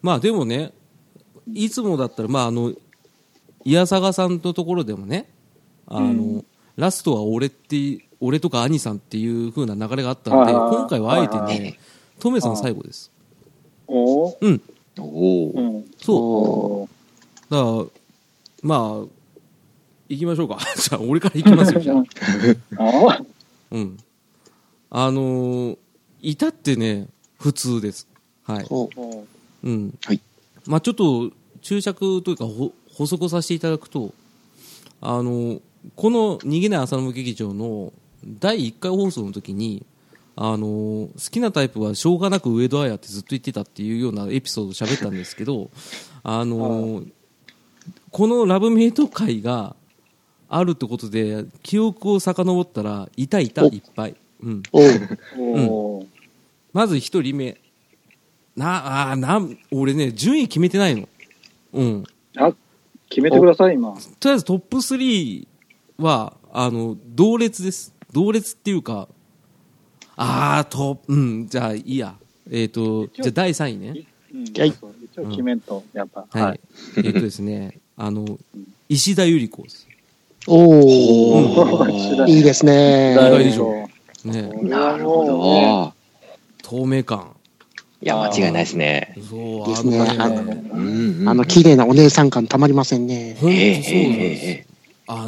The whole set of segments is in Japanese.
まあでもね、いつもだったら、まあイヤサガさんのところでもね、ラストは俺とか兄さんっていう風な流れがあったので、今回はあえてね、トメさん最後です。 おー、 うん。 おー、 そう。だから、まあ、行きましょうか。じゃあ、俺から行きますよ、じゃあ。うん。至ってね、普通です。はい。うん。 はい。 まあちょっと、注釈というか、補足させていただくと、この逃げない浅沼劇場の第1回放送の時に、好きなタイプはしょうがなく上戸彩ってずっと言ってたっていうようなエピソードを喋ったんですけど、このラブメイト会があるってことで、記憶を遡ったら、いっぱい。うん。まず一人目。俺ね、順位決めてないの。うん。 決めてください、今。 とりあえずトップ3は、同列です。同列っていうか、じゃあいいや。じゃあ第3位ね。 一応決めんと、やっぱ。 はい。ですね、石田ゆり子です。 いいですね。 意外でしょ。ね。 なるほど。 透明感。 いや、間違いないですね。 そうですね。綺麗なお姉さん感たまりませんね。 本当そうです。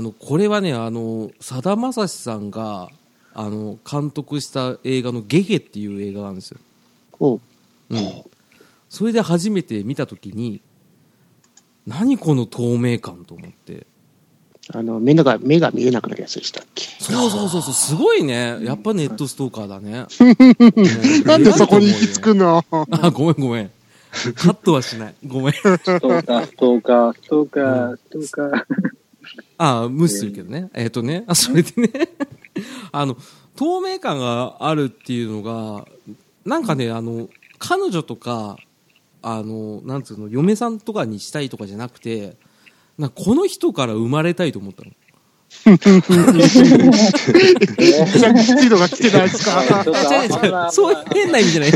これはね、さだまさしさんが、監督した映画のゲゲっていう映画なんですよ。それで初めて見たときに、何この透明感と思って。 目が見えなくなるやつでしたっけ。 そう、すごいね。やっぱネットストーカーだね。 なんでそこに行き着くの。 ごめん。カットはしない。ごめん。ストーカー。 無視するけどね。それでね、透明感があるっていうのが、なんかね、彼女とか、なんつうの、嫁さんとかにしたいとかじゃなくて、この人から生まれたいと思ったの。 スが来てないですか。 そういう変な意味じゃない。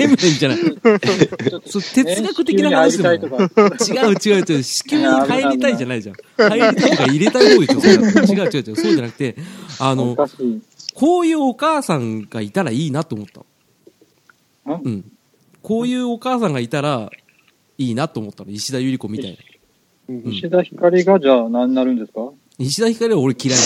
哲学的な話でも。違う。子宮に入りたいじゃないじゃん。入りたいとか入れたい方でしょ。違う。そうじゃなくて、こういうお母さんがいたらいいなと思った。うん。こういうお母さんがいたらいいなと思ったの。石田ゆり子みたいな。 石田ひかりがじゃあ何になるんですか。 石田ひかりは俺嫌い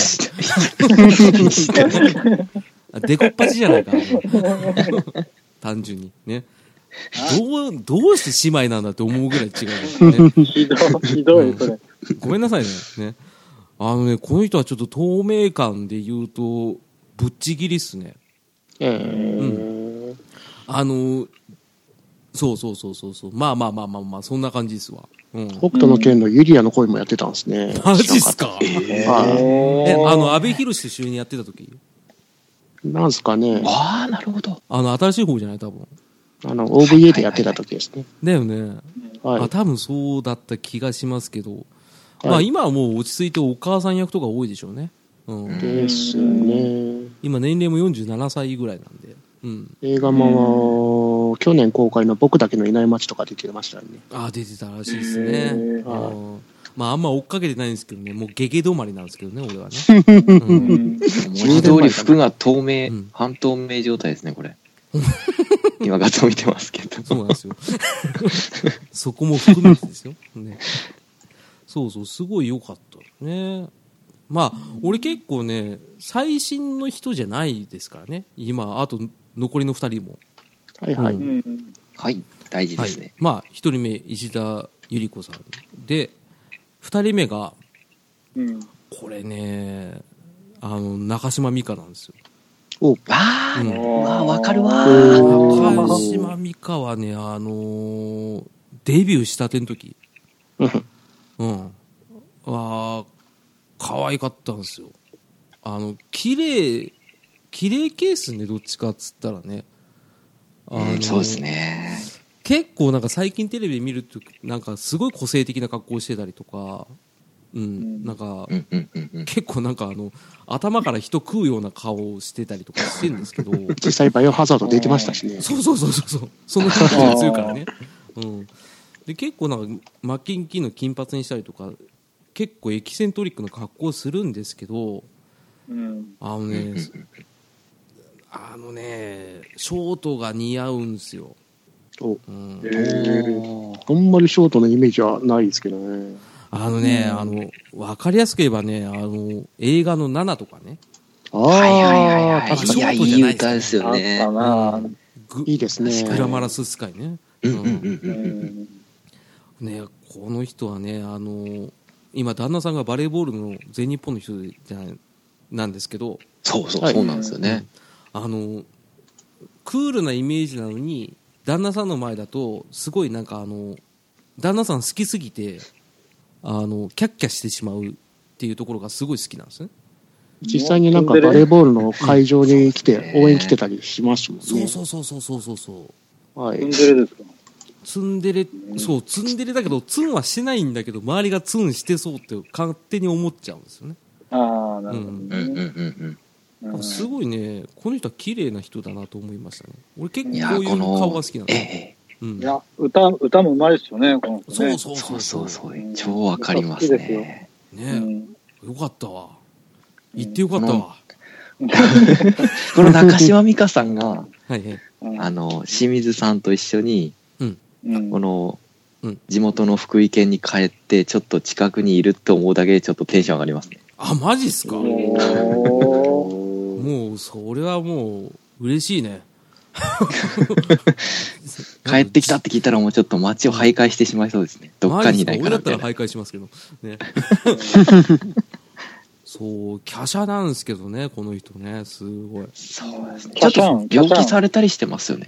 なの。デコっぱちじゃないか。単純にね。どうして姉妹なんだって思うぐらい違う、 ね。ひどいそれ。 ごめんなさいね。この人はちょっと透明感で言うとぶっちぎりっすね。そう。まあそんな感じですわ。 北斗の拳のユリアの声もやってたんですね。 マジっすか。阿部寛と一緒にやってた時。 なんすかね。 なるほど。 新しい方じゃない多分。 OVA でやってた時ですね。 だよね。多分そうだった気がしますけど、まあ今はもう落ち着いてお母さん役とか多いでしょうね。 ですね。 今年齢も47歳ぐらいなんで。 映画も去年公開の僕だけのいない街とか出てましたよね。 出てたらしいですね。まああんま追っかけてないんですけどね、もうゲゲ止まりなんですけどね、俺はね。 文字通り服が半透明状態ですね、これ。今画像見てますけど。 そうなんですよ。そこも含めてですよ。ね、そうすごい良かったね。まあ俺結構ね最新の人じゃないですからね。今あと残りの2人もはい大事ですね。 まあ1人目石田ゆり子さんで、2人目がこれね中島美嘉なんですよ。 わかるわ。 中島美嘉はねデビューしたての時可愛かったんですよ。綺麗ケースね、どっちかっつったらね。 そうですね。 結構なんか最近テレビで見るとなんかすごい個性的な格好してたりとか、なんか、結構なんか頭から人食うような顔をしてたりとかしてるんですけど。 実際バイオハザード出てましたしね。 そう。その感じが強いからね。 で結構なんかマッキンキーの金髪にしたりとか結構エキセントリックな格好をするんですけど、 うん、 あのねショートが似合うんですよ。 あんまりショートのイメージはないですけどね。 分かりやすく言えばね、映画の7とかね。 確かに。 いや、いい歌ですよね。 いいですね。 グラマラススカイね。ね、この人はね、今旦那さんがバレーボールの全日本の人なんですけど、 そうなんですよね。 クールなイメージなのに旦那さんの前だとすごいなんか旦那さん好きすぎてキャッキャしてしまうっていうところがすごい好きなんですね。 実際になんかバレーボールの会場に来て応援来てたりしますもんね。 そう。 はい。 ツンデレですか？ ツンデレ、そうツンデレだけどツンはしないんだけど周りがツンしてそうって勝手に思っちゃうんですよね。 ああ、なるほどね。 すごいね、この人は綺麗な人だなと思いましたね。俺結構こういう顔が好きなんですよ。 いや、歌もうまいですよね、この人ね。 そう。 超わかりますね。 よかったわ。言ってよかったわ。 この中島美嘉さんが、 はい、 清水さんと一緒に、この、地元の福井県に帰ってちょっと近くにいると思うだけでちょっとテンション上がりますね。 あ、マジっすか？もうそれはもう嬉しいね。 帰ってきたって聞いたらもうちょっと街を徘徊してしまいそうですね。どっかにいないからみたいな。 俺だったら徘徊しますけどね。そう華奢なんですけどね、この人ね、すごい。 そうですね。ちょっと病気されたりしてますよね。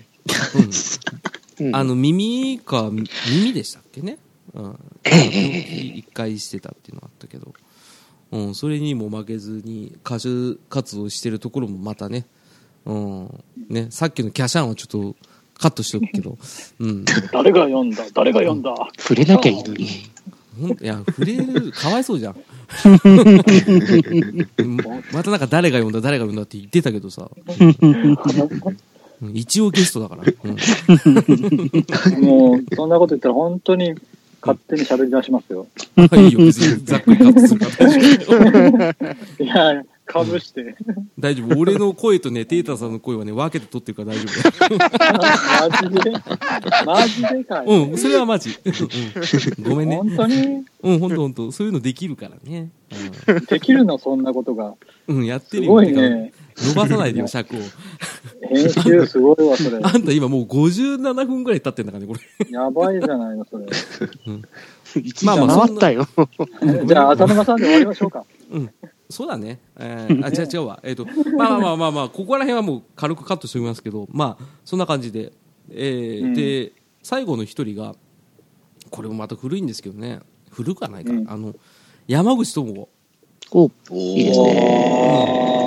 耳でしたっけね。一回してたっていうのがあったけど、それにも負けずに歌手活動してるところもまたね、さっきのキャシャンはちょっとカットしておくけど、 誰が読んだ触れなきゃいいのに。 いや、触れる、かわいそうじゃん。またなんか誰が読んだって言ってたけどさ。一応ゲストだから。 もう、そんなこと言ったら本当に勝手に喋り出しますよ。 いいよ、別にざっくりカットするから大丈夫。 いや、かぶして。 大丈夫。俺の声とね、テータさんの声はね、分けて撮ってるから大丈夫。マジでかい。 それはマジ。ごめんね。 本当に本当。そういうのできるからね。 できるの、そんなことが。 やってるよ。 すごいね。 伸ばさないでよ、尺を。 編集すごいわ、それ。 あんた今もう57分ぐらい経ってんだからね、これ。 やばいじゃないの、それ。 まあ回ったよ。 じゃあ、浅沼さんで終わりましょうか。 そうだね。違うわ。まあ、ここら辺はもう軽くカットしておきますけど、まあ、そんな感じで。で、最後の一人が、これもまた古いんですけどね。古くはないか。山口智子。 いいですね。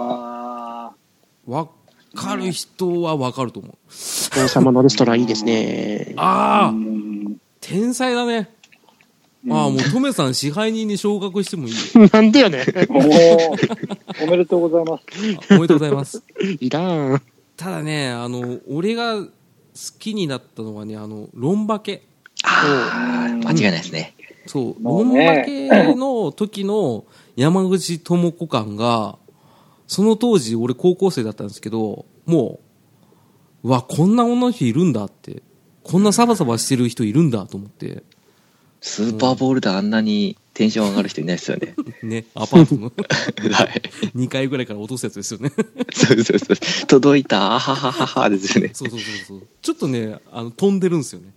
わかる人はわかると思う。 王様のレストランいいですね。 天才だね。もうトメさん支配人に昇格してもいいよ。 なんでよね。 おめでとうございます。 おめでとうございます。 いらん。 ただね、俺が好きになったのはね、ロンバケ。 間違いないですね。 そう、ロンバケの時の山口智子感が、その当時俺高校生だったんですけど、もう、こんな女の人いるんだって、こんなサバサバしてる人いるんだと思って。 スーパーボールであんなにテンション上がる人いないですよね。 ね、アパートのはい。 2階ぐらいから落とすやつですよね。 そう。届いた、あははははですよね。 そう。ちょっとね、飛んでるんですよね。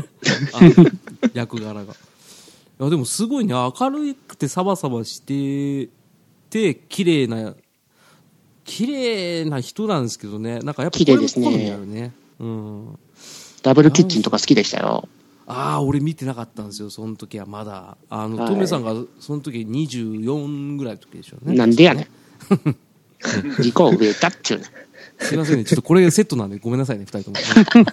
役柄が。いや、でもすごいね、明るくてサバサバしてて、綺麗な人なんですけどね。なんかやっぱこれも好みあるね。 ダブルキッチンとか好きでしたよ。 俺見てなかったんですよ、その時はまだ。トメさんがその時24ぐらいの時でしょうね。 なんでやねん。事故を植えたっちゅうね。 すいませんね、ちょっとこれセットなんでごめんなさいね、二人とも。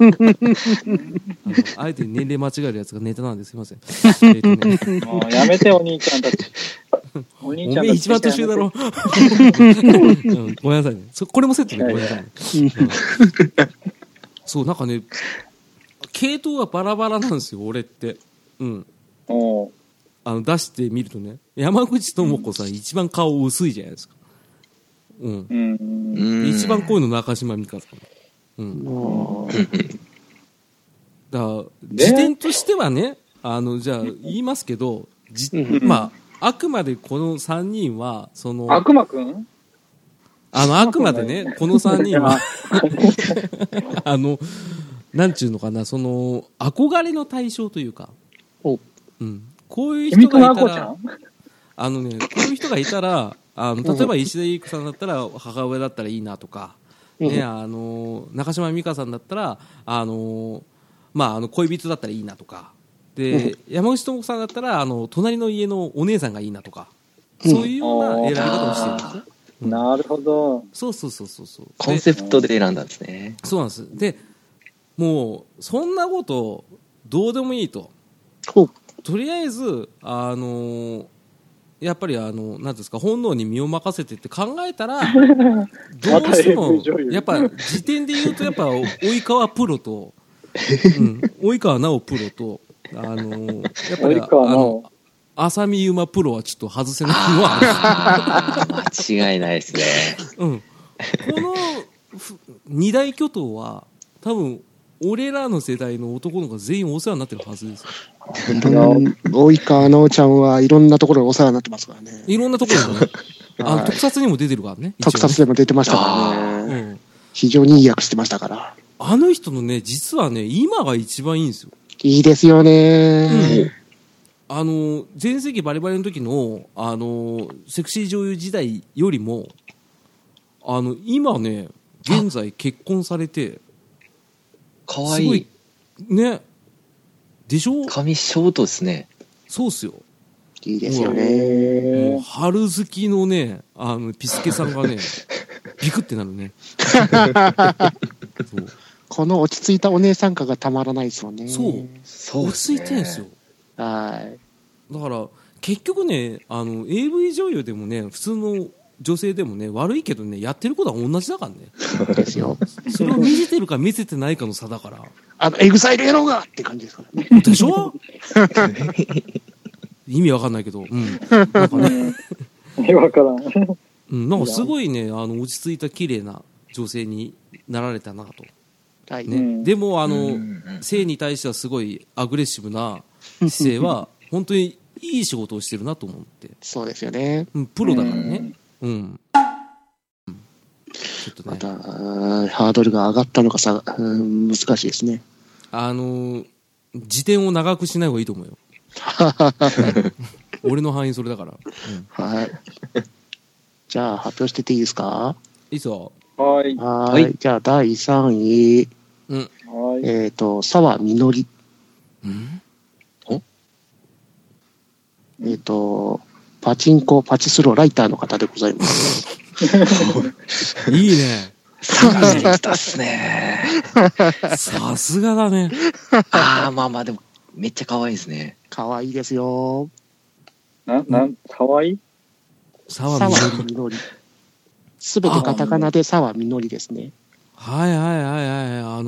あえて年齢間違えるやつがネタなんですいません。 もうやめて、お兄ちゃんたち。 おめえ一番年上だろ。ごめんなさいね。これもセットでごめんなさいね。そう、なんかね、 系統がバラバラなんですよ、俺って。うん。出してみるとね、山口智子さん、一番顔薄いじゃないですか。うん。一番濃いの中島美嘉さん。うん。だから、時点としてはね、じゃあ言いますけど、まあ、あくまでこの3人は、 悪魔くんあくまでね、この3人は、なんちゅうのかな、憧れの対象というか、うん。こういう人がいたら、こういう人がいたら、例えば石田ゆり子さんだったら母親だったらいいなとか、ね、中島美嘉さんだったら、まあ、恋人だったらいいなとか、で、山口智子さんだったら、隣の家のお姉さんがいいなとか、そういうような選び方をしてるんですね。 なるほど。 そう。 コンセプトで選んだんですね。 そうなんです。で、もう、そんなこと、どうでもいいと。とりあえず、やっぱりなんですか、本能に身を任せてって考えたら、どうしても、やっぱ時点で言うと、やっぱ及川プロと、及川直プロと、やっぱり浅見ゆまプロはちょっと外せないのは間違いないですね。 うん。この二大巨頭は、多分、俺らの世代の男の子が全員お世話になってるはずですよ。 及川直ちゃんはいろんなところでお世話になってますからね。 いろんなところでね。特撮にも出てるからね。 特撮でも出てましたからね。非常にいい役してましたから。 あの人のね、実はね、今が一番いいんですよ。 いいですよね。 全盛期バリバリの時の、セクシー女優時代よりも、今ね、現在結婚されて、 かわいい。 ね。でしょ？ 髪ショートですね。 そうっすよ。 いいですよね。 もう春好きのね、ピスケさんがね、ビクってなるね。 そうこの落ち着いたお姉さん感がたまらないですよね。 そう。落ち着いてるんですよ。 はい。 だから、結局ね、AV 女優でもね、普通の女性でもね、悪いけどね、やってることは同じだからね。 そうですよ。 それを見せてるか見せてないかの差だから。 エグザイルエロがって感じですからね。 でしょ意味わかんないけど。うん。なんかね。 わからん。 うん、なんかすごいね、落ち着いた綺麗な女性になられたなと。 はい。 ね。でも、性に対してはすごいアグレッシブな姿勢は、本当にいい仕事をしてるなと思って。 そうですよね。 うん、プロだからね。うん。ちょっとね。 また、ハードルが上がったのか難しいですね。 時点を長くしない方がいいと思うよ。俺の範囲それだから。 はい。じゃあ、発表してていいですか？ いいっすよ。 はい。 はい。じゃあ、第3位。沢みのり。パチンコ、パチスロライターの方でございます。 いいね。 さすがっすね。 さすがだね。 まあでも、めっちゃ可愛いですね。 可愛いですよ。 可愛い？ 沢みのり。すべてカタカナで沢みのりですね。 はい。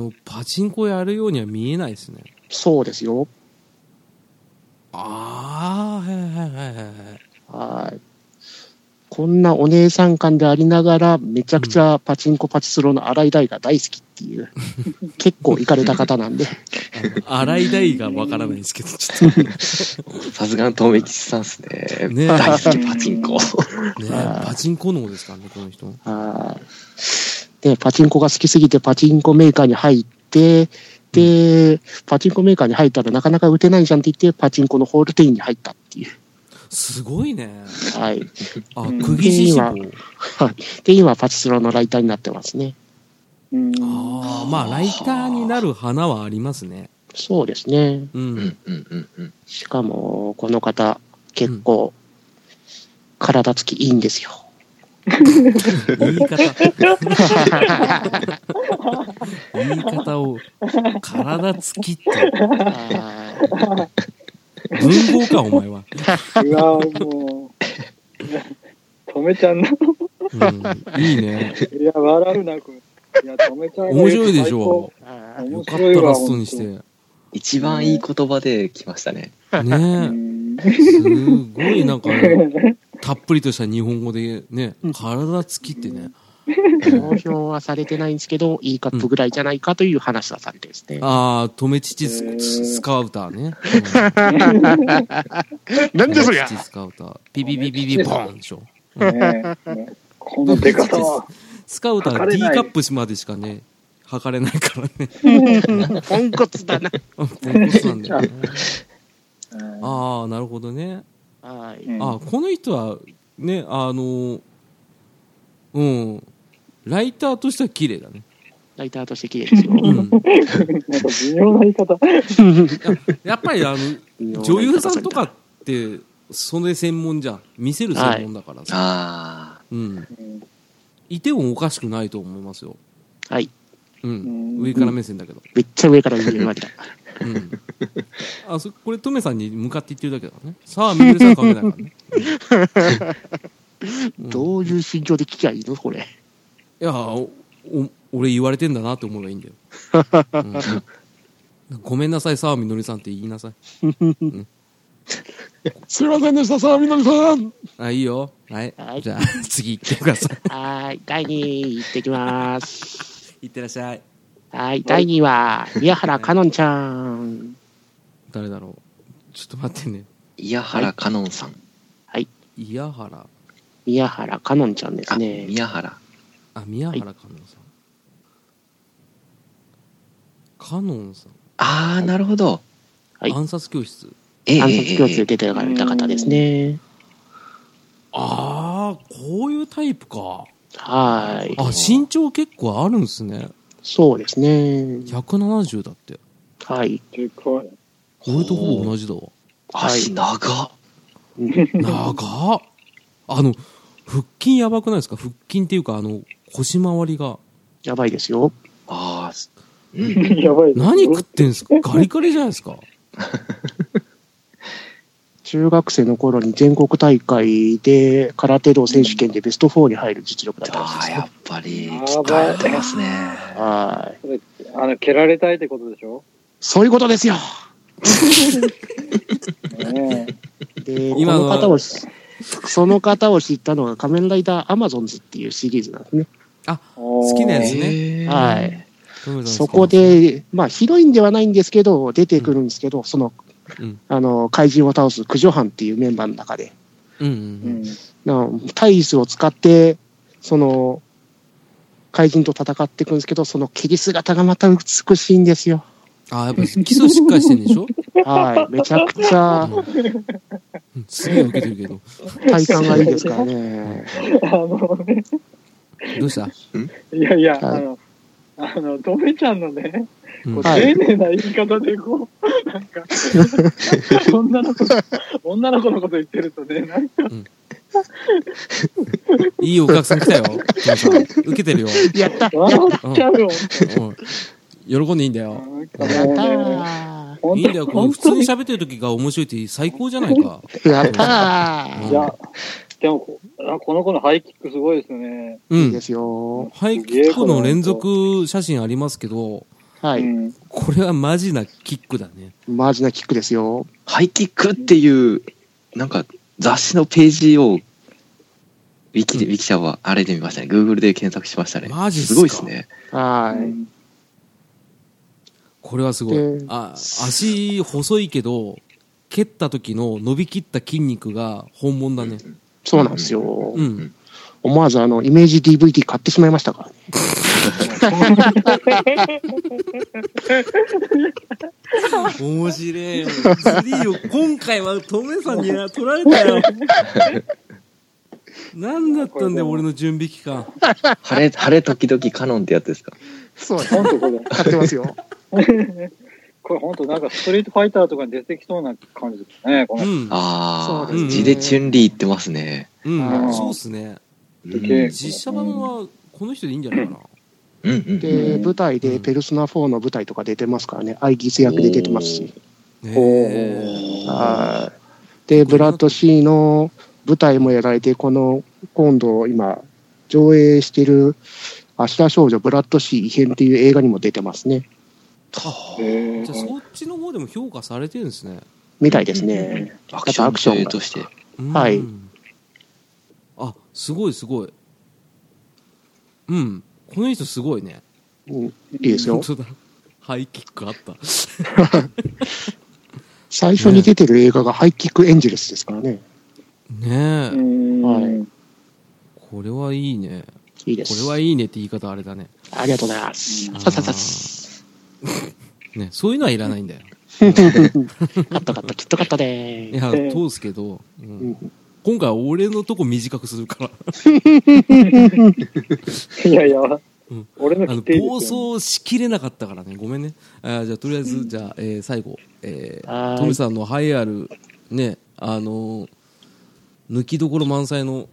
パチンコやるようには見えないですね。 そうですよ。 はい。 こんなお姉さん感でありながら、めちゃくちゃパチンコパチスロの新井大が大好きっていう、結構イカれた方なんで。 新井大がわからないですけど、ちょっと。 さすがの遠目吉さんですね。大好きパチンコ。 パチンコ脳ですからね、この人。 で、パチンコが好きすぎてパチンコメーカーに入って、で、パチンコメーカーに入ったらなかなか打てないじゃんって言って、パチンコのホール店員に入ったっていう。 すごいね。 はい。 釘師志望。 で、今、パチスロのライターになってますね。 まあ、ライターになる花はありますね。 そうですね。しかも、この方、結構、体つきいいんですよ。 言い方を、体つきって。文豪か、お前は。 うわもう。止めちゃんな。 いいね。 いや、笑うな、これ。いや、止めちゃう。 面白いでしょ。よかった、ラストにして。 一番いい言葉で来ましたね。 ねえ。すごいなんか、たっぷりとした日本語でね、体つきってね。 公表はされてないんですけど、E カップぐらいじゃないかという話はされてですね。 ああ、止め父スカウターね。 なんでそりゃ。 止め父スカウター。ピピピピピボーンでしょ。 この出方は。 スカウター D カップまでしかね、測れないからね。 ポンコツだな。 ポンコツなんだよね。ああ、なるほどね。 はい。 あ、この人は、ね、ライターとしては綺麗だね。 ライターとして綺麗ですよ。 なんか微妙な言い方。 やっぱり女優さんとかって、それ専門じゃん。見せる専門だからさ。 ああ。 うん。いてもおかしくないと思いますよ。 はい。 うん。上から目線だけど。 めっちゃ上から見ました。 うん。これ、トメさんに向かって言ってるだけだからね。さあ、みのりさん関係ないからね。 どういう心境で聞きゃいいのこれ。 いや、俺言われてんだなって思えばいいんだよ。ごめんなさい、さあ、みのりさんって言いなさい。 すいませんでした、さあ、みのりさん。 あ、いいよ。はい。じゃあ、次行ってください。 はい。第2位行ってきます。 行ってらっしゃい。 はい。第2位は、宮原かのんちゃん。 誰だろう。ちょっと待ってね。 宮原かのんさん。 はい。 宮原かのんちゃんですね。 宮原かのんさん。かのんさん。 ああ、なるほど。 はい。 暗殺教室。 暗殺教室で出てられた方ですね。 ああ、こういうタイプか。 はい。 あ、身長結構あるんですね。 そうですね。 170だって。 はい。 でかい。 俺とほぼ同じだわ。 足長っ。 長っ。腹筋やばくないですか？腹筋っていうか、腰回りが。 やばいですよ。 ああ、 やばい。 何食ってんすか？ガリガリじゃないですか。 中学生の頃に全国大会で空手道選手権でベスト4に入る実力だったんです、ね。 ああ、やっぱり鍛えてますね。 はい。 蹴られたいってことでしょ？ そういうことですよ。で、その方を知ったのが仮面ライダーアマゾンズっていうシリーズなんですね。 あ、好きなやつね。 はい。そこで、まあヒロインではないんですけど、出てくるんですけど、その、怪人を倒す駆除班っていうメンバーの中で、タイスを使って、その、怪人と戦っていくんですけど、その蹴り姿がまた美しいんですよ。 ああ、やっぱ基礎しっかりしてんでしょ？ はい。めちゃくちゃ、 すげえ受けてるけど。 体感がいいですからね。 どうした？ いやいや、とめちゃんのね、丁寧な言い方でこう、なんか、女の子のこと言ってるとね、なんか、 いいお客さん来たよ。受けてるよ。 やった。 笑っちゃうよ。 喜んでいいんだよ。 やったいいんだよ。普通に喋ってる時が面白いって最高じゃないか。 やったいや、でも、この子のハイキックすごいですよね。 いいですよ。 ハイキックの連続写真ありますけど、 はい。 これはマジなキックだね。 マジなキックですよ。 ハイキックっていう、なんか雑誌のページを、ウィキシャはあれで見ましたね。Google で検索しましたね。 マジっすか？ すごいですね。 はい。 これはすごい。足細いけど、蹴った時の伸びきった筋肉が本物だね。 そうなんですよ。思わずイメージ DVD 買ってしまいましたからね。 面白いよ。3を今回はトメさんに取られたよ。何だったんだよ、俺の準備期間。 晴れ時々カノンってやつですか？ そうです。本当これ買ってますよ。 これ本当なんかストリートファイターとかに出てきそうな感じですね。 ああ、字でチュンリー言ってますね。 そうっすね。実写版はこの人でいいんじゃないかな。 で、舞台でペルソナ4の舞台とか出てますからね。アイギス役で出てますし。で、ブラッドシーの舞台もやられて、今度今上映している芦田少女ブラッドシー異変っていう映画にも出てますね。 と。 じゃあそっちの方でも評価されてるんですね。 みたいですね。 アクションとして。 はい。 あ、すごいすごい。うん。この人すごいね。 うん、いいですよ。 本当だ。ハイキックあった。 最初に出てる映画がハイキックエンジェルスですからね。 ねえ。 はい。 これはいいね。 いいです。 これはいいねって言い方あれだね。 ありがとうございます。 ね、そういうのはいらないんだよ。 カット、きっとカットでーす。いや、通すけど、今回は俺のとこ短くするから。 いやいや、俺の規定暴走しきれなかったからね。ごめんね。じゃあ、とりあえず、じゃあ、最後、トミさんの栄えある、ね、抜きどころ満載の、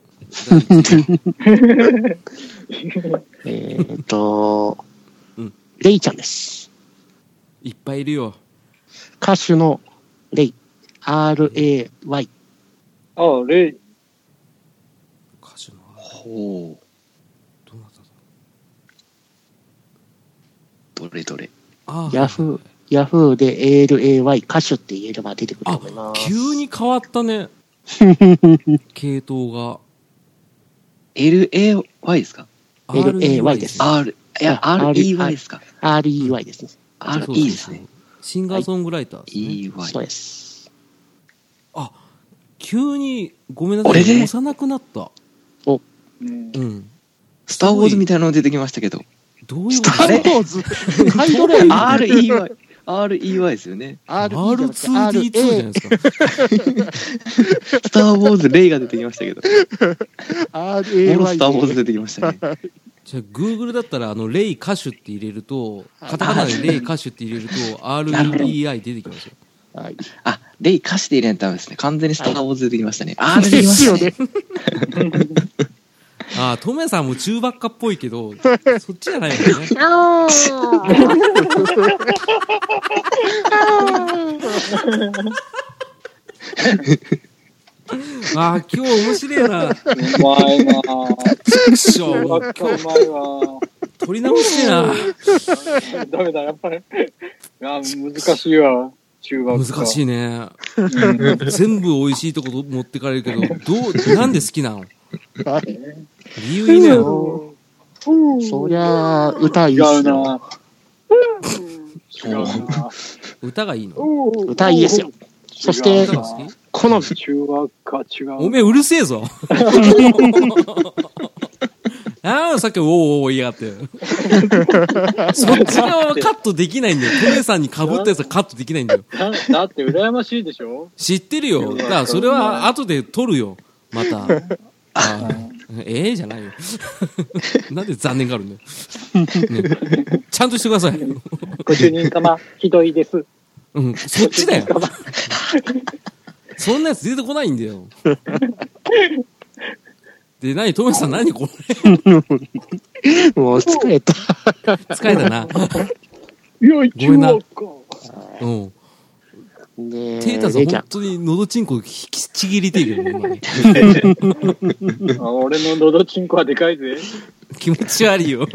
レイちゃんです。 いっぱいいるよ。 歌手のレイ。R-A-Y。 ああ、レイ。 歌手の。 ほう。 どうなったの？ どれ。 ヤフーで ALAY 歌手って言えれば出てくると思います。 急に変わったね。系統が。 LAY ですか？ LAY です。 REY ですか？ REY ですね。 RE ですね。 シンガーソングライターですね。 EY。 そうです。 あ、急に、ごめんなさい。幼くなった。 お。 うん。 スター・ウォーズみたいなの出てきましたけど。 どういうこと？スター・ウォーズタイトル REY ですよね。 R2D2 じゃないですか。 スター・ウォーズレイが出てきましたけど。 RAY モロスター・ウォーズ出てきましたね。 じゃあ、Google だったら、レイ歌手って入れると、カタカナでレイ歌手って入れると、REI 出てきますよ。 はい。 あ、レイ歌手で入れないとダメですね。完全にスター・ウォーズ出てきましたね。出てきましたね。 あ、トメさんも中ばっかっぽいけど、そっちじゃないよね。今日面白いな。 うまいな。 ちくしょう。 今日うまいわ。 取り直してな。 ダメだ、やっぱり。難しいわ。中学難しいね。全部美味しいとこ持ってかれるけど、なんで好きなの？理由いいね。 そりゃ歌いいっすよ。 歌がいいの？ 歌いいですよ。そして、この中学か違う。 おめえうるせえぞ。さっきおー言いやがって。そっち側はカットできないんだよ。トメさんに被ったやつはカットできないんだよ。 だって羨ましいでしょ？ 知ってるよ。だからそれは後で撮るよ。また。じゃないよ。なんで残念があるんだよ。ね、ちゃんとしてください。 ご主人様、ひどいです。 うん、そっちだよ。そんなやつ出てこないんだよ。で、トメさん何これ。 もう疲れた。 疲れたな。 ごめんな。 うん。テータさん本当に喉チンコ引きちぎりてるよね、今ね。 俺の喉チンコはでかいぜ。 気持ち悪いよ。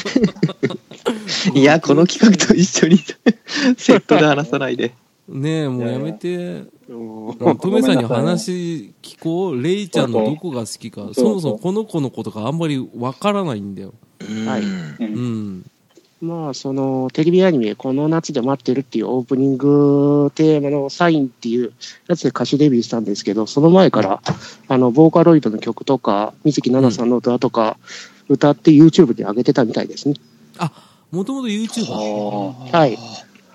いや、この企画と一緒にセットで話さないで。 ねえ、もうやめて。トメさんに話聞こう。レイちゃんのどこが好きか。そもそもこの子のことがあんまりわからないんだよ。 はい。 うん。 まあ、テレビアニメ、この夏で待ってるっていうオープニングテーマのサインっていうやつで歌手デビューしたんですけど、その前から、ボーカロイドの曲とか、水木奈々さんの歌とか、歌って YouTube で上げてたみたいですね。 あ、もともと YouTuber？ はい。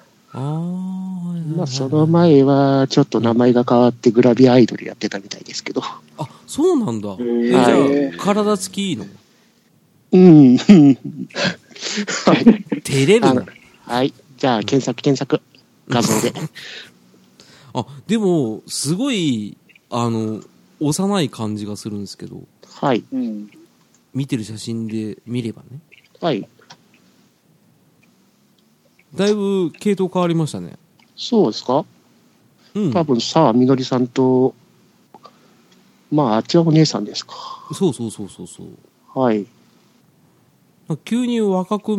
まあ、その前は、ちょっと名前が変わってグラビアアイドルやってたみたいですけど。 あ、そうなんだ。じゃあ、体つきいいの？ うん。はい。 照れるの？ はい。じゃあ、検索。画像で。 でも、すごい、幼い感じがするんですけど。 はい。 見てる写真で見ればね。 はい。 だいぶ系統変わりましたね。 そうですか？ うん。 多分、さあ、みのりさんと、まあ、あっちはお姉さんですか。 そう。 はい。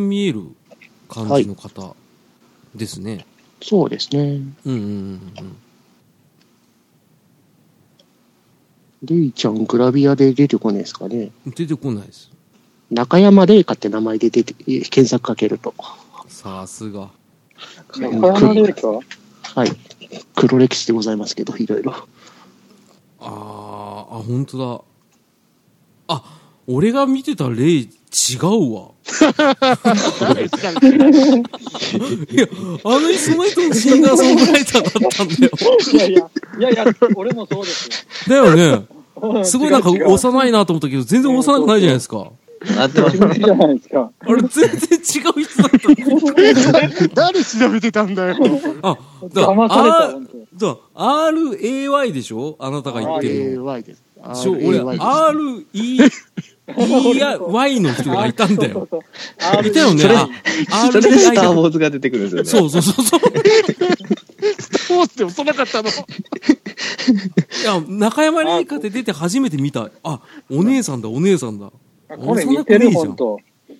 急に若く見える感じの方。 ですね。 そうですね。 うんうんうん。 レイちゃん、グラビアで出てこないですかね。 出てこないです。 中山レイカって名前で検索かけると。 さすが。 中山レイカ？ はい。黒歴史でございますけど、いろいろ。 本当だ。あ、俺が見てたレイ違うわ。いや、その人のシンガーソングライターだったんだよ。 いや、俺もそうですよ。だよね。すごいなんか幼いなと思ったけど、全然幼くないじゃないですか。 なってますね。じゃないですか。 あれ、全然違う人だった。 誰調べてたんだよ。 騙された、本当。 RAY でしょ、あなたが言ってるの。 RAY です。 俺、REY の人がいたんだよ。いたよね。 それでスター・ウォーズが出てくるんですよね。 そう。スター・ウォーズって幼かったの？いや、中山レイカで出て初めて見た。あ、お姉さんだ。 これ似てる、ほんと。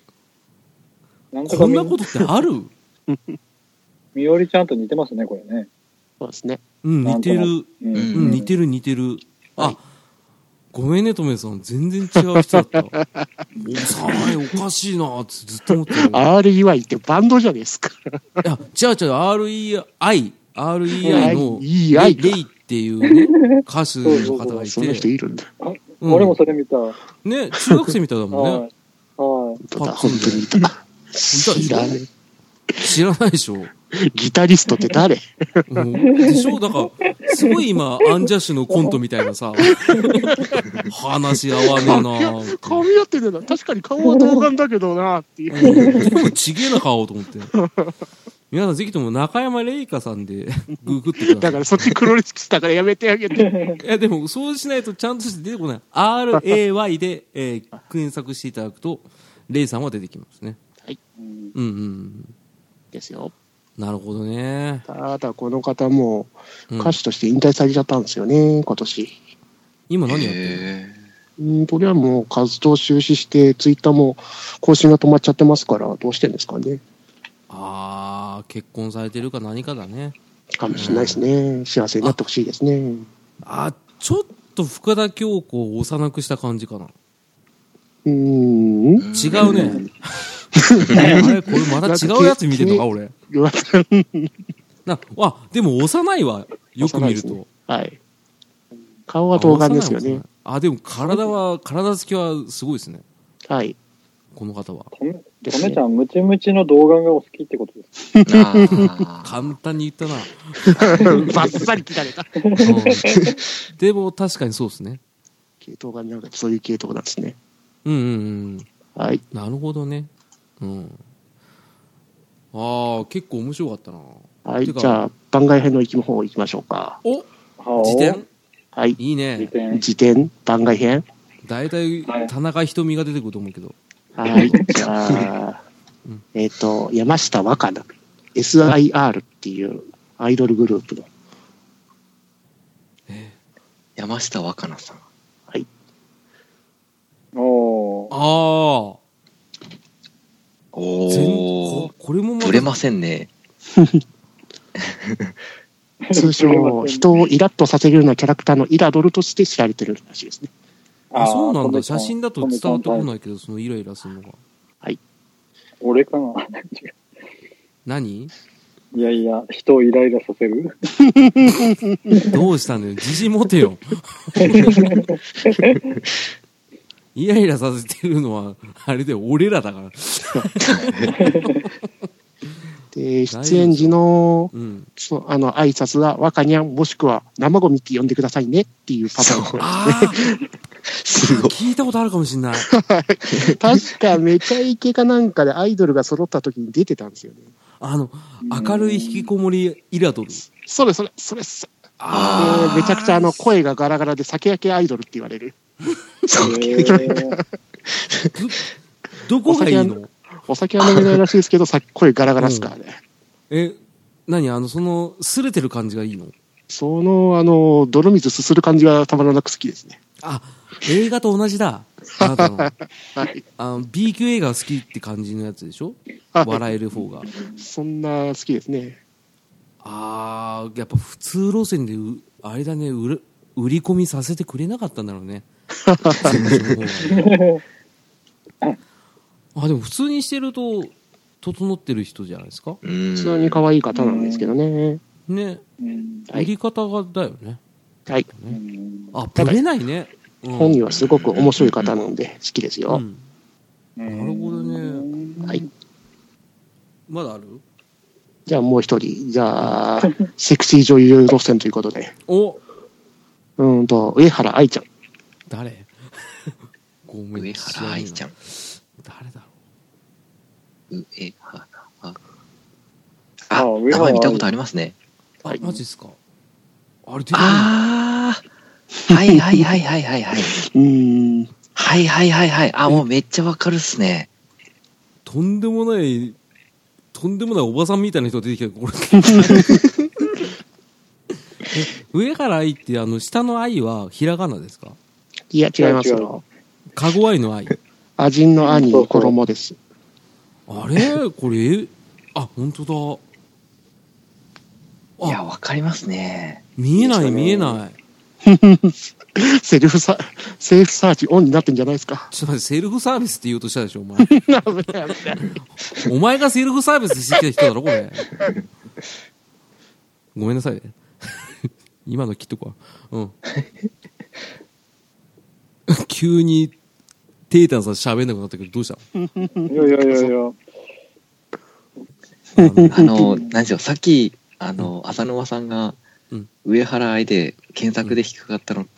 こんなことってある？ みおりちゃんと似てますね、これね。 そうですね。 うん、似てる。似てる。あ、ごめんね、とめさん。全然違う人だった。幼い、おかしいなってずっと思ってる。 REY ってバンドじゃないですか。 いや、違う、REI のレイっていうね、歌手の方がいて。 その人いるんだ。 俺もそれ見た。 ね、中学生みたいだもんね。 はい。 本当にいた。 知らないでしょ。 ギタリストって誰？ でしょ、だから、すごい今、アンジャッシュのコントみたいなさ、話合わねえな。 顔見合ってるな。確かに顔は童顔だけどな、っていう。 でも、ちげえな顔と思って。皆さん、ぜひとも中山レイカさんでググってください。 だから、そっち黒歴史だからやめてあげて。 いや、でも、そうしないとちゃんとして出てこない。RAY で、検索していただくと、レイさんは出てきますね。 はい。ですよ。 なるほどね。 ただ、この方も歌手として引退されちゃったんですよね、今年。 今何やってる？これはもう活動休止して、ツイッターも更新が止まっちゃってますから、どうしてんですかね。 結婚されてるか何かだね。 かもしれないですね。幸せになってほしいですね。 ちょっと深田恭子を幼くした感じかな。 違うね。あれ、これまた違うやつ見てんのか、俺。でも幼いわ、よく見ると。 はい。顔は童顔ですよね。 でも体つきはすごいですね。 はい。 この方は。 とめちゃん、ムチムチの童顔がお好きってことですか？簡単に言ったな。 バッサリ切られた。 でも確かにそうですね。 系統がなんかそういう系統なんですね。 はい。なるほどね。結構面白かったな。 はい。じゃあ、番外編の方行きましょうか。 辞典？ はい。 いいね。 辞典番外編？ だいたい田中瞳が出てくると思うけど。 はい。じゃあ、山下若菜。SIR っていうアイドルグループの。 山下若菜さん。 はい。 これもぶれませんね。 通称、人をイラッとさせるようなキャラクターのイラドルとして知られてるらしいですね。 そうなんだ。写真だと伝わってこないけど、そのイライラするのが。 はい。 俺かな？ 何？ いや、人をイライラさせる？ どうしたのよ。自信持てよ。イライラさせてるのは、あれで俺らだから。 で、出演時の、挨拶は、若にゃんもしくは生ゴミって呼んでくださいねっていうパターンですね。 聞いたことあるかもしれない。 確か、めちゃイケかなんかでアイドルが揃った時に出てたんですよね。 明るい引きこもりイラドル。 それっす。めちゃくちゃ声がガラガラで酒焼けアイドルって言われる。 どこがいいの？ お酒は飲めないらしいですけど、声ガラガラっすからね。 すれてる感じがいいの？ 泥水すする感じがたまらなく好きですね。 あ、映画と同じだ。あなたの。はい、B 級映画好きって感じのやつでしょ、笑える方が。 そんな好きですね。 やっぱ普通路線であれだね、売り込みさせてくれなかったんだろうね。あ、でも普通にしてると整ってる人じゃないですか。 普通に可愛い方なんですけどね。 ね、売り方がだよね。 はい。 あ、ぶれないね。 本人はすごく面白い方なので好きですよ。 なるほどね。 はい。 まだある？ じゃあもう一人。じゃあ、セクシー女優路線ということで。上原愛ちゃん。 誰？ 上原愛ちゃん。 誰だろう。上原。名前見たことありますね。 あ、マジですか。あれ、 はいはいはいはいはいはい。はいはいはいはい。あ、もうめっちゃわかるっすね。 とんでもないおばさんみたいな人が出てきた。これ上原愛って下の愛はひらがなですか？ いや、違いますよ。 かご愛の愛。 アジンの愛に衣です。 あれこれ、あ、本当だ。いや、わかりますね。 見えない見えない。 セルフサーチオンになってんじゃないですか。 ちょっと待って、セルフサービスって言おうとしたでしょ、お前。お前がセルフサービスしてきた人だろ、これ。ごめんなさいね。今の切っとくわ。急に、テータンさん喋んなくなったけど、どうしたの？いや。 何でしょう、さっき、浅沼さんが、上原愛で検索で引っかかったのって、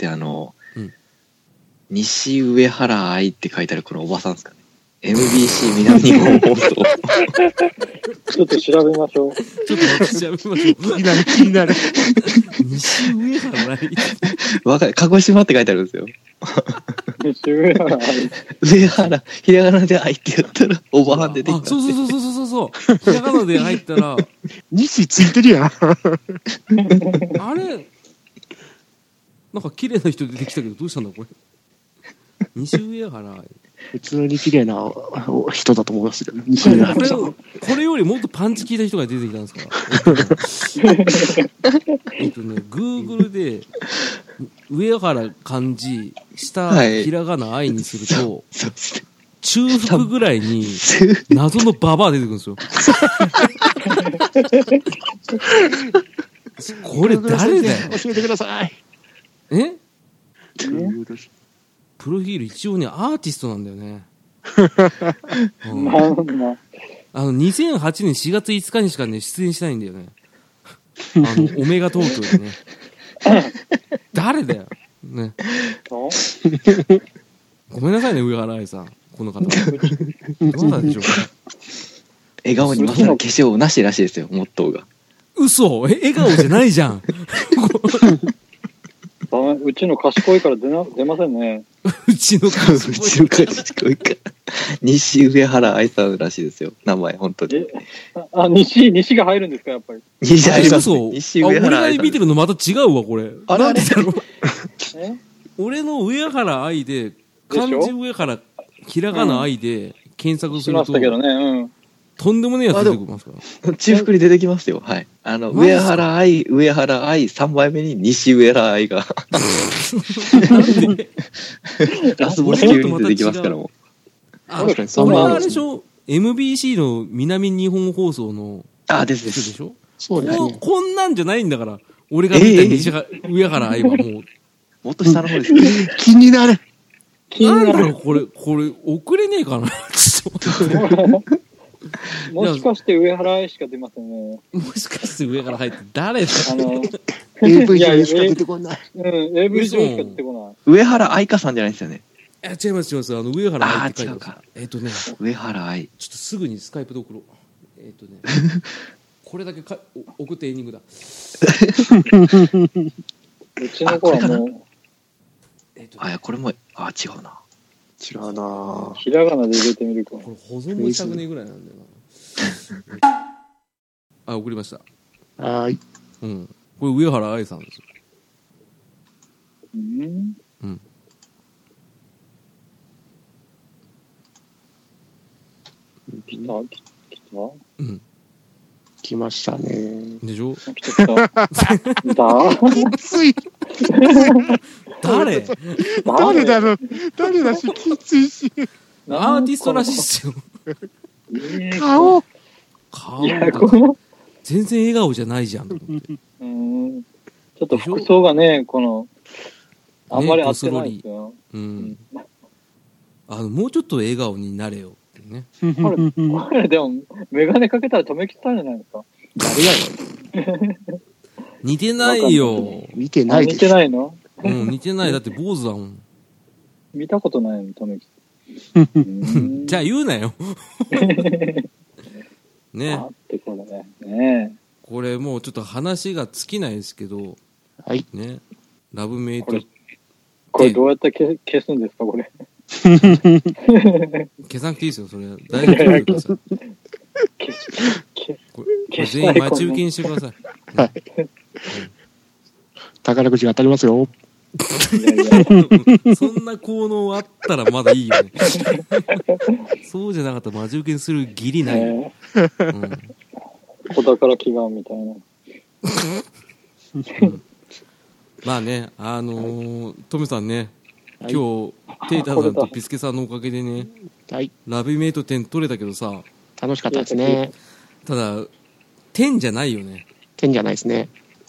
西上原愛って書いてあるこのおばさんですかね。MBC 南日本放送。 ちょっと調べましょう。 ちょっと待って、調べましょう。 気になる。 西上原愛。 鹿児島って書いてあるんですよ。 西上原愛。 上原、ひらがなで愛って言ったら、おばはん出てきた。 そう。ひらがなで入ったら、 西ついてるやん。 あれなんか綺麗な人出てきたけど、どうしたんだこれ。西上原愛。 普通に綺麗な人だと思いますけど、西上原さん。 これよりもっとパンチ効いた人が出てきたんですから。Google で、上原漢字、下ひらがな愛にすると、中腹ぐらいに謎のババア出てくるんですよ。これ誰だよ。 教えてください。 プロフィール一応ね、アーティストなんだよね。2008年4月5日にしかね、出演しないんだよね。オメガ東京でね。誰だよ。ね。ごめんなさいね、上原愛さん。この方。どうなんでしょうか。 笑顔にまさか化粧なしらしいですよ、モットーが。 嘘？笑顔じゃないじゃん。 うちの賢いから出ませんね。 うちの賢いから。西上原愛さんらしいですよ、名前、本当に。 西が入るんですか、やっぱり。 西入ります。西上原愛。俺が見てるのまた違うわ、これ。なんでだろう。俺の上原愛で、漢字上原、ひらがな愛で検索すると、とんでもねえやつ出てきますから。 中腹に出てきますよ。はい。上原愛、3枚目に西上原愛が。ラスボス級に出てきますからも。 確かにそんなあれでしょ ?MBC の南日本放送の。 ですでしょそうですね。 こんなんじゃないんだから。俺が見た上原愛はもう。 もっと下の方です気になる。 なんだろう、これ、送れねえかなちょっと。 もしかして上原愛しか出ませんね。 もしかして上原愛って誰だ AV 女優しか出てこない。 AV 女優しか出てこない。 上原愛香さんじゃないですよね。 違います。上原愛って書いてある。 上原愛。 ちょっとすぐにスカイプで送ろう。これだけ送ってエンディングだ。 うちの子はもう。 これも、違うな。 違うな。 ひらがなで入れてみるか。 これ保存もしたくねえぐらいなんだよな。送りました。 はい。 これ上原愛さんですよ。 来たうん。 来ましたね。 でしょ？ 来た。 きつい。 誰だろう。誰だし、きついし。 アーティストらしいっすよ。 顔。 全然笑顔じゃないじゃんと思って。 ちょっと服装がね、あんまり合ってないですよ。 もうちょっと笑顔になれよってね。 これでも、メガネかけたら止めきったんじゃないですか？ 誰やろ。 似てないよ。 見てない似てないの？ 似てない。だって坊主だもん。 見たことないの、止めき。 じゃあ言うなよ。ね。 ってこれね。 これもうちょっと話が尽きないですけど、 はい。 ね。ラブメイト。 これどうやって消すんですか、これ。 消さなくていいですよ、それ。大丈夫ですか？これ全員待ち受けにしてください。 はい。宝くじ当たりますよ。 そんな効能あったらまだいいよね。そうじゃなかったら待ち受けにする義理ないよ。 小宝祈願みたいな。 まあね、トムさんね、今日、テイターさんとピスケさんのおかげでね、ラブメイト10取れたけどさ、 楽しかったですね。 ただ、10じゃないよね。 10じゃないですね。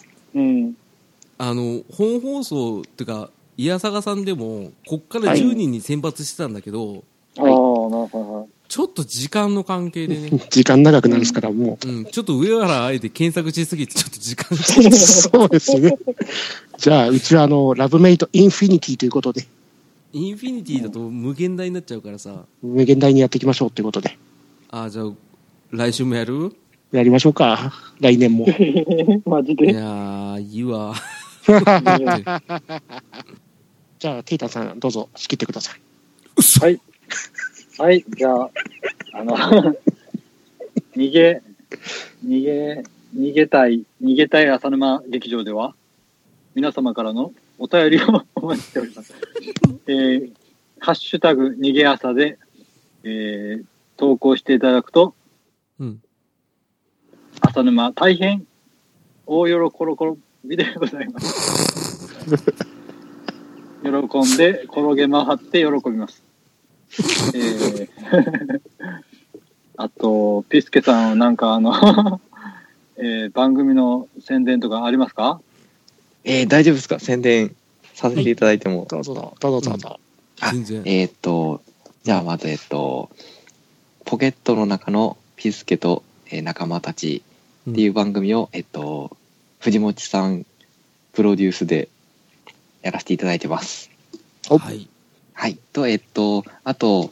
本放送っていうか、イヤサガさんでも、こっから10人に選抜してたんだけど、ちょっと時間の関係でね。 時間長くなるですから、もう。ちょっと上原あえて検索しすぎて、ちょっと時間そうですね。じゃあ、うちはラブメイトインフィニティということで。 インフィニティだと無限大になっちゃうからさ。 無限大にやっていきましょうということで。 じゃあ、来週もやる？ やりましょうか。来年も。 マジで。 いやー、いいわ。 じゃあ、テイタさん、どうぞ仕切ってください。 はい。はい、じゃあ、逃げたい浅沼劇場では、皆様からのお便りをお待ちしております。ハッシュタグ逃げ朝で、投稿していただくと、浅沼大変大喜びでございます。喜んで転げ回って喜びます。あと、ピスケさん、なんか番組の宣伝とかありますか？ 大丈夫ですか？宣伝させていただいても。 どうぞ。 全然。 じゃあまず、ポケットの中のピスケと、仲間たちっていう番組を、藤本さんプロデュースでやらせていただいてます。 はい。 はい。あと、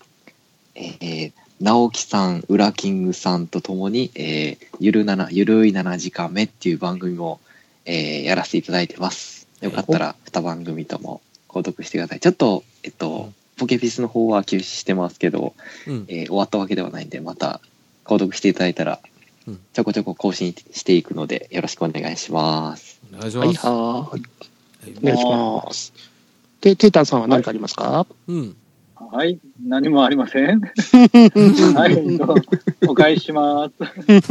直樹さん、ウラキングさんとともに、ゆるい7時間目っていう番組も、やらせていただいてます。よかったら2番組とも購読してください。ちょっと、ポケピスの方は休止してますけど、終わったわけではないんで、また購読していただいたら、ちょこちょこ更新していくので、よろしくお願いします。 お願いします。 お願いします。で、テイタンさんは何かありますか？ はい、何もありません。はい、お返しします。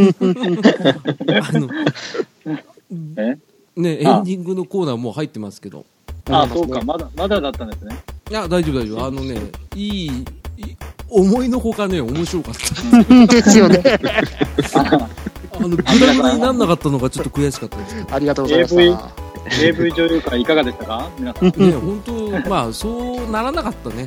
エンディングのコーナーもう入ってますけど。 そうか、まだだったんですね。 いや、大丈夫。思いのほかね、面白かった。 ですよね。 グダグダになんなかったのがちょっと悔しかったです。 ありがとうございました。 AV 女優会いかがでしたか？皆さん。 ね、本当、そうならなかったね。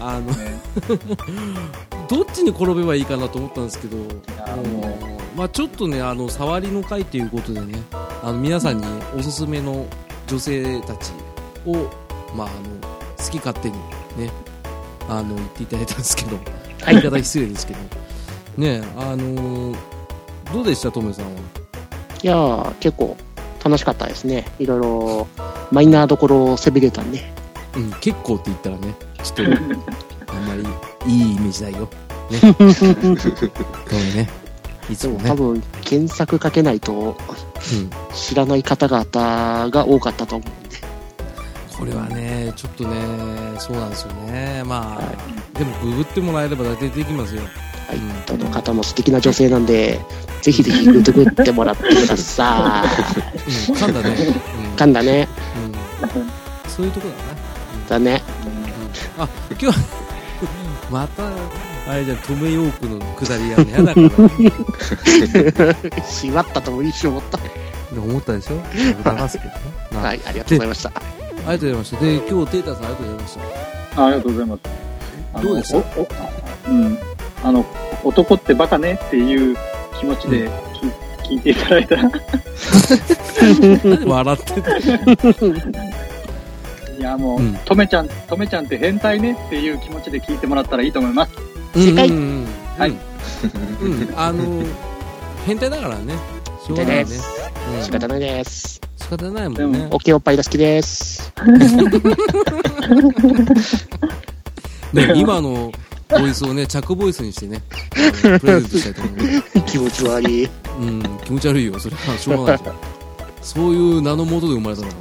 どっちに転べばいいかなと思ったんですけど、ちょっとね、触りの会ということでね、皆さんにおすすめの女性たちを、好き勝手にね、言っていただいたんですけど、言い方失礼ですけど、ね、どうでした、トムさんは？ いやー、結構楽しかったですね。いろいろマイナーどころを攻めれたんで。 結構って言ったらね、ちょっとあんまりいいイメージないよ。ね。そうね。いつもね。 多分検索かけないと、知らない方々が多かったと思うんで。 これはね、ちょっとね、そうなんですよね。でもググってもらえれば大体できますよ。 はい、どの方も素敵な女性なんで、ぜひぜひグッドグってもらってください。 噛んだね。 噛んだね。 そういうとこだね。 あ、今日はまたあれじゃん、トメヨークの下りやんのやだから。 しまったとも一瞬思った。 思ったでしょ。流すけどね。 はい、ありがとうございました。 ありがとうございました。で、今日テータさんありがとうございました。 ありがとうございます。 どうでした？ 男ってバカねっていう気持ちで聞いていただいたら。 笑ってる。 いやもう、とめちゃんって変態ねっていう気持ちで聞いてもらったらいいと思います。 正解。 はい。 変態だからね。 しょうがないね。仕方ないです。 仕方ないもんね。 オッケーおっぱいが好きです。 ね、今のボイスをね、着ボイスにしてね、プレゼントしたいと思います。 気持ち悪い。 気持ち悪いよ。それはしょうがないじゃん。そういう名のもとで生まれたんだから。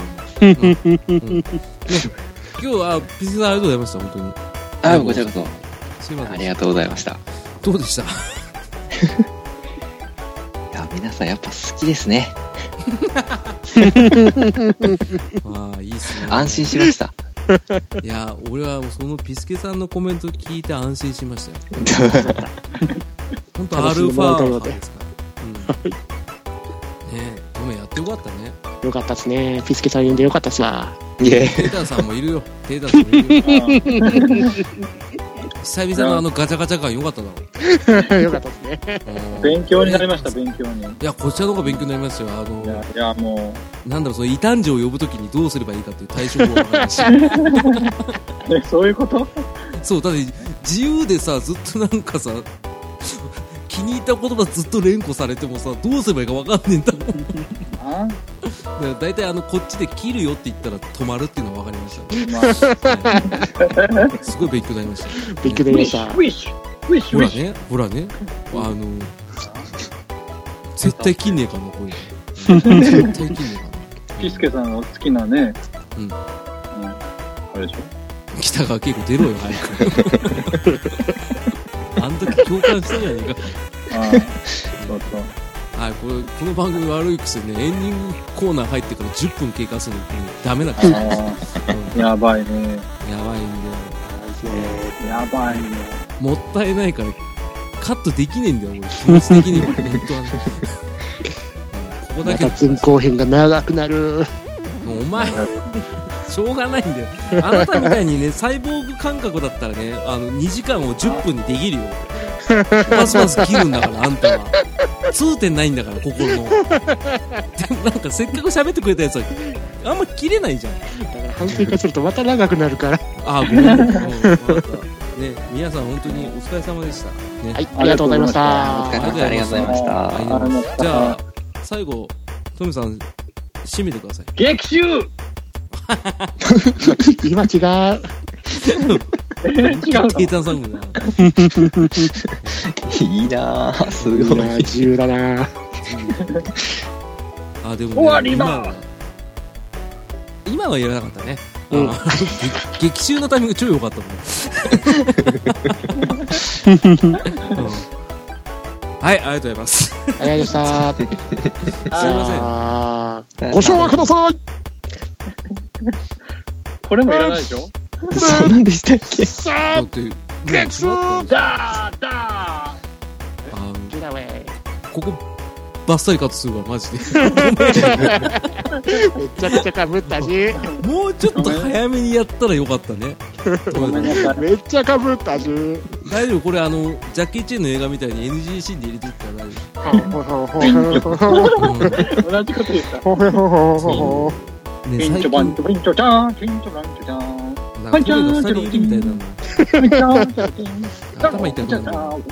今日はピスケさんありがとうございました。本当に。 あ、こちらこそ。 すいません。 ありがとうございました。 どうでした？いや、皆さんやっぱ好きですね。 ああ、いいっすね。 安心しました。 いや、俺はそのピスケさんのコメント聞いて安心しましたよ。本当アルファ派ですから。ねえ、でもやってよかったね。 よかったっすね。ピスケさん呼んでよかったっすわ。 テータさんもいるよ。テータさんもいるよ。久々のガチャガチャ感よかっただろ。 よかったっすね。 勉強になりました。勉強に。 いや、こちらの方が勉強になりますよ。 いやもうなんだろう、その異端児を呼ぶときにどうすればいいかっていう対処法が分かりました。 そういうこと？ そう、だって自由でさ、ずっとなんかさ、気に入った言葉ずっと連呼されてもさ、どうすればいいか分かんねえんだもん。だいたいこっちで切るよって言ったら止まるっていうのは分かりました。すごい勉強になりました。 勉強になりました。 ほらね、絶対切んねえかな、こういうの。絶対切んねえかな。 ピスケさんの好きなね、あれでしょ、 北川景子出ろよ、早く。あの時共感したじゃねえか。 そうそう。 はい、この番組悪い癖ね、エンディングコーナー入ってから10分経過するのダメな癖。 やばいね。 やばいんだよ。 やばいね。 もったいないからカットできねえんだよ、俺。気持ち的にも本当はね。ここだけ。 また前後編が長くなる。 お前しょうがないんだよ。あなたみたいにね、サイボーグ感覚だったらね、2時間を10分にできるよ。バスバス切るんだから、あんたは。痛点ないんだから、心の。でもなんかせっかく喋ってくれたやつはあんま切れないじゃん。 だから反省化するとまた長くなるから。 あ、ごめん。分かった。ね、皆さん本当にお疲れ様でした。ね、 はい、ありがとうございました。 お疲れ様でした。ありがとうございました。 じゃあ最後トミさん締めてください。 激臭。 今違う。 ケイタンさんもな。 いいなぁ、すごい。 自由だなぁ。 あ、でも、ね、 終わりだ。 今はやらなかったね。激臭のタイミング超良かったもん。はい、ありがとうございます。 ありがとうございました。 すいません。ご唱和ください。 これもやらないでしょ。 そうなんでしたっけ。 だって激臭だここバッサリカットするわマジで。 めちゃくちゃかぶったし、 もうちょっと早めにやったらよかったね。 めっちゃかぶったし。 大丈夫、これジャッキー・チェンの映画みたいに NG シーンで入れてるから大丈夫。 同じこと言った。 ね、 ピンチョバンチョビンチョチャーピンチョバンチョチャーなんか声が2人いるみたいなの。頭痛くなる。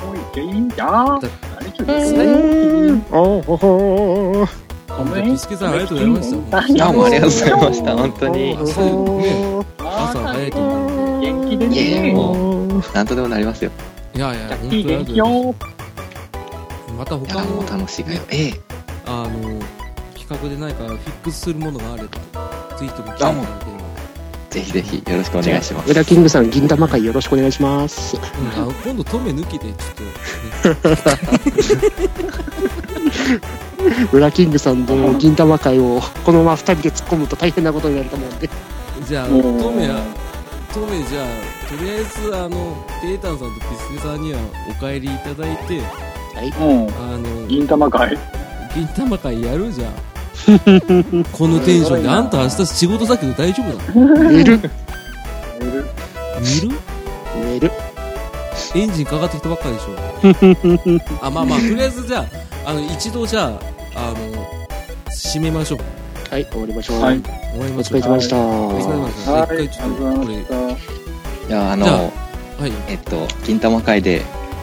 ピスケさんありがとうございました。 どうもありがとうございました。本当に。 朝早いと思う。 元気でね。 もうなんとでもなりますよ。 いやいや、本当に元気よ。また他の楽しいから。 企画で何かフィックスするものがあれば、ぜひとも聞いていただければ。 ぜひぜひよろしくお願いします。 ウラキングさん、銀玉会よろしくお願いします。 今度トメ抜きでちょっとウラキングさんの銀玉会をこのまま2人で突っ込むと大変なことになると思うんで、 じゃあトメじゃあとりあえずテータンさんとピスケさんにはお帰りいただいて、 はい、 銀玉会やるじゃん。このテンションで。あんた明日仕事だけど大丈夫だ。 寝るエンジンかかってきたばっかでしょ。まあとりあえずじゃあ一度じゃあ締めましょう。 はい、終わりましょう。 はい、 お疲れ様でした。 はい、一回ちょっとこれ。 いや銀玉会で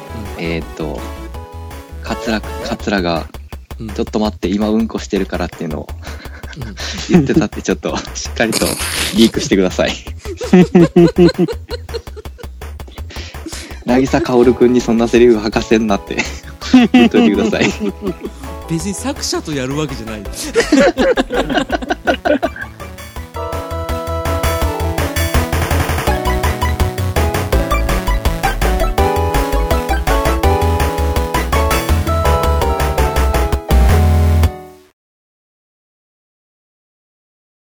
カツラがちょっと待って今うんこしてるからっていうのを言ってたってちょっとしっかりとリークしてください。渚カオルくんにそんなセリフ吐かせんなって言っといてください。 別に作者とやるわけじゃない。